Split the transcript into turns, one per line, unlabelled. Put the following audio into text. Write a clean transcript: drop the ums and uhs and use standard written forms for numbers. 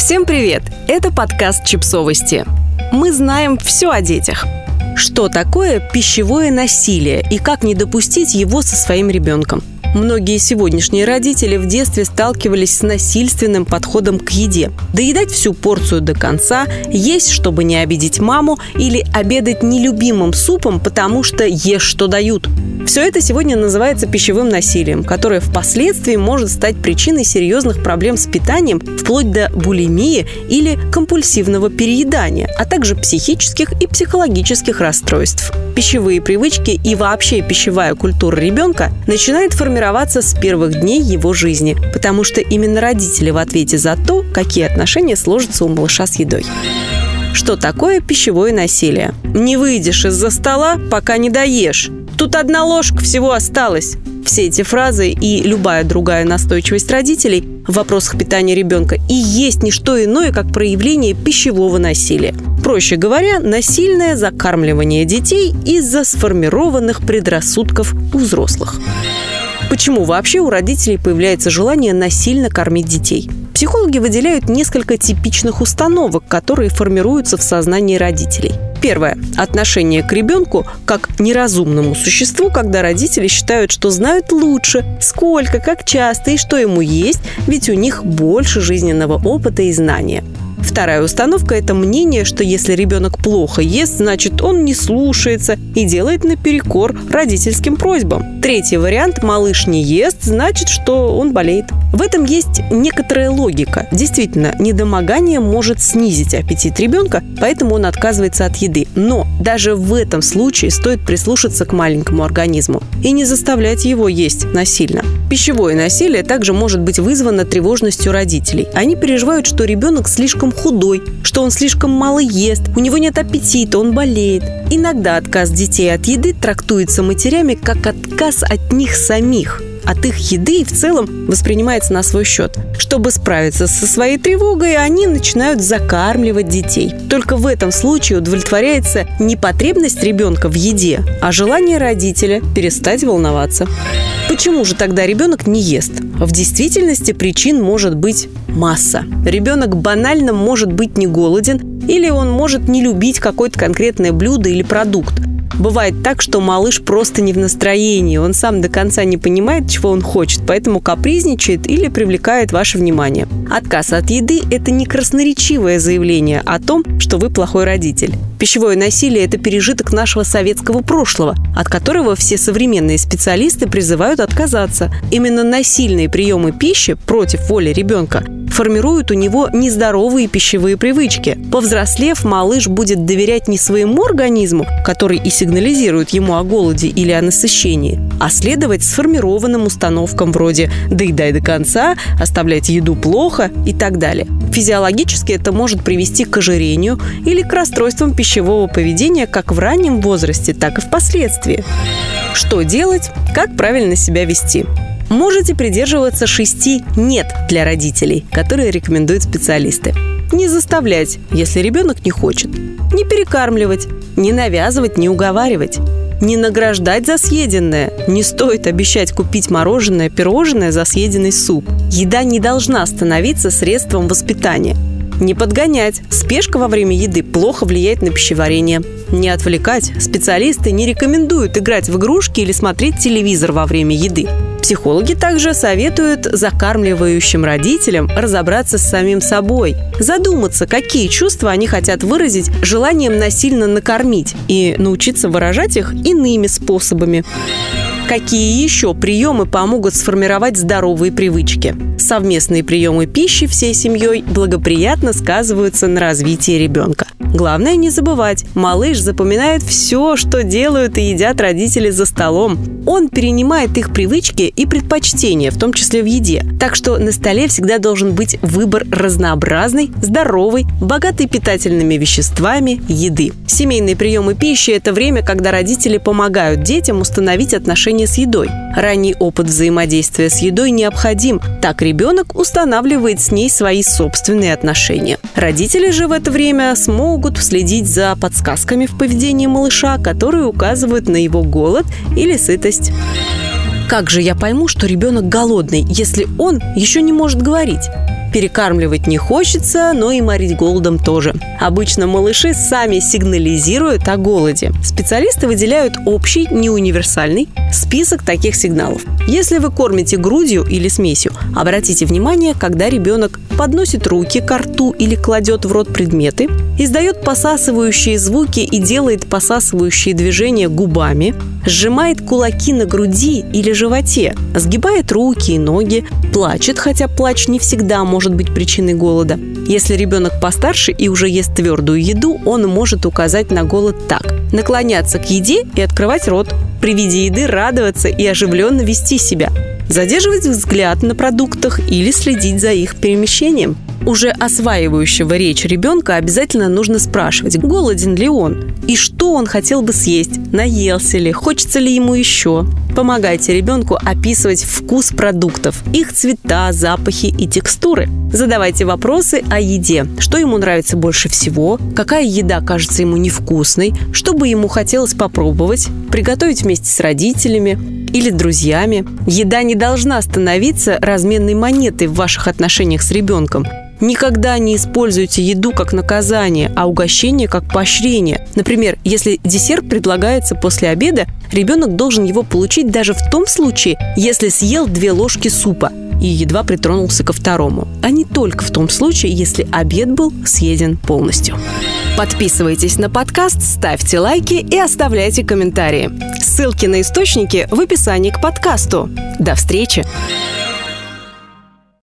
Всем привет! Это подкаст «Чипсовости». Мы знаем все о детях. Что такое пищевое насилие и как не допустить его со своим ребенком? Многие сегодняшние родители в детстве сталкивались с насильственным подходом к еде. Доедать всю порцию до конца, есть, чтобы не обидеть маму, или обедать нелюбимым супом, потому что ешь, что дают. Все это сегодня называется пищевым насилием, которое впоследствии может стать причиной серьезных проблем с питанием, вплоть до булимии или компульсивного переедания, а также психических и психологических расстройств. Пищевые привычки и вообще пищевая культура ребенка начинает формироваться с первых дней его жизни, потому что именно родители в ответе за то, какие отношения сложатся у малыша с едой. Что такое пищевое насилие? Не выйдешь из-за стола, пока не доешь. Тут одна ложка всего осталась. Все эти фразы и любая другая настойчивость родителей в вопросах питания ребенка и есть не что иное, как проявление пищевого насилия. Проще говоря, насильное закармливание детей из-за сформированных предрассудков у взрослых. Почему вообще у родителей появляется желание насильно кормить детей? Психологи выделяют несколько типичных установок, которые формируются в сознании родителей. Первое. Отношение к ребенку как к неразумному существу, когда родители считают, что знают лучше, сколько, как часто и что ему есть, ведь у них больше жизненного опыта и знания. Вторая установка – это мнение, что если ребенок плохо ест, значит, он не слушается и делает наперекор родительским просьбам. Третий вариант – малыш не ест, значит, что он болеет. В этом есть некоторая логика. Действительно, недомогание может снизить аппетит ребенка, поэтому он отказывается от еды. Но даже в этом случае стоит прислушаться к маленькому организму и не заставлять его есть насильно. Пищевое насилие также может быть вызвано тревожностью родителей. Они переживают, что ребенок слишком худой, что он слишком мало ест, у него нет аппетита, он болеет. Иногда отказ детей от еды трактуется матерями как отказ от них самих, от их еды и в целом воспринимается на свой счет. Чтобы справиться со своей тревогой, они начинают закармливать детей. Только в этом случае удовлетворяется не потребность ребенка в еде, а желание родителя перестать волноваться. Почему же тогда ребенок не ест? В действительности причин может быть масса. Ребенок банально может быть не голоден, или он может не любить какое-то конкретное блюдо или продукт. Бывает так, что малыш просто не в настроении, он сам до конца не понимает, чего он хочет, поэтому капризничает или привлекает ваше внимание. Отказ от еды – это не красноречивое заявление о том, что вы плохой родитель. Пищевое насилие – это пережиток нашего советского прошлого, от которого все современные специалисты призывают отказаться. Именно насильные приемы пищи против воли ребенка формируют у него нездоровые пищевые привычки. Повзрослев, малыш будет доверять не своему организму, который и сигнализирует ему о голоде или о насыщении, а следовать сформированным установкам вроде «доедай до конца», «оставлять еду плохо» и так далее. Физиологически это может привести к ожирению или к расстройствам пищевого поведения как в раннем возрасте, так и впоследствии. Что делать? Как правильно себя вести? Можете придерживаться 6 «нет» для родителей, которые рекомендуют специалисты. Не заставлять, если ребенок не хочет. Не перекармливать, не навязывать, не уговаривать. Не награждать за съеденное. Не стоит обещать купить мороженое, пирожное за съеденный суп. Еда не должна становиться средством воспитания. Не подгонять. Спешка во время еды плохо влияет на пищеварение. Не отвлекать. Специалисты не рекомендуют играть в игрушки или смотреть телевизор во время еды. Психологи также советуют закармливающим родителям разобраться с самим собой, задуматься, какие чувства они хотят выразить желанием насильно накормить и научиться выражать их иными способами. Какие еще приемы помогут сформировать здоровые привычки? Совместные приемы пищи всей семьей благоприятно сказываются на развитии ребенка. Главное не забывать, малыш запоминает все, что делают и едят родители за столом. Он перенимает их привычки и предпочтения, в том числе в еде. Так что на столе всегда должен быть выбор разнообразной, здоровой, богатой питательными веществами еды. Семейные приемы пищи – это время, когда родители помогают детям установить отношения с едой. Ранний опыт взаимодействия с едой необходим. Так ребенок устанавливает с ней свои собственные отношения. Родители же в это время смогут следить за подсказками в поведении малыша, которые указывают на его голод или сытость. Как же я пойму, что ребенок голодный, если он еще не может говорить? Перекармливать не хочется, но и морить голодом тоже. Обычно малыши сами сигнализируют о голоде. Специалисты выделяют общий, не универсальный список таких сигналов. Если вы кормите грудью или смесью, обратите внимание, когда ребенок подносит руки к рту или кладет в рот предметы, издает посасывающие звуки и делает посасывающие движения губами, сжимает кулаки на груди или животе, сгибает руки и ноги, плачет, хотя плач не всегда может быть причиной голода. Если ребенок постарше и уже ест твердую еду, он может указать на голод так: наклоняться к еде и открывать рот, при виде еды радоваться и оживленно вести себя, задерживать взгляд на продуктах или следить за их перемещением. Уже осваивающего речь ребенка обязательно нужно спрашивать, голоден ли он и что он хотел бы съесть, наелся ли, хочется ли ему еще. Помогайте ребенку описывать вкус продуктов, их цвета, запахи и текстуры. Задавайте вопросы о еде. Что ему нравится больше всего, какая еда кажется ему невкусной, что бы ему хотелось попробовать, приготовить вместе с родителями или друзьями. Еда не должна становиться разменной монетой в ваших отношениях с ребенком. Никогда не используйте еду как наказание, а угощение как поощрение. Например, если десерт предлагается после обеда, ребенок должен его получить даже в том случае, если съел 2 ложки супа и едва притронулся ко второму, а не только в том случае, если обед был съеден полностью. Подписывайтесь на подкаст, ставьте лайки и оставляйте комментарии. Ссылки на источники в описании к подкасту. До встречи!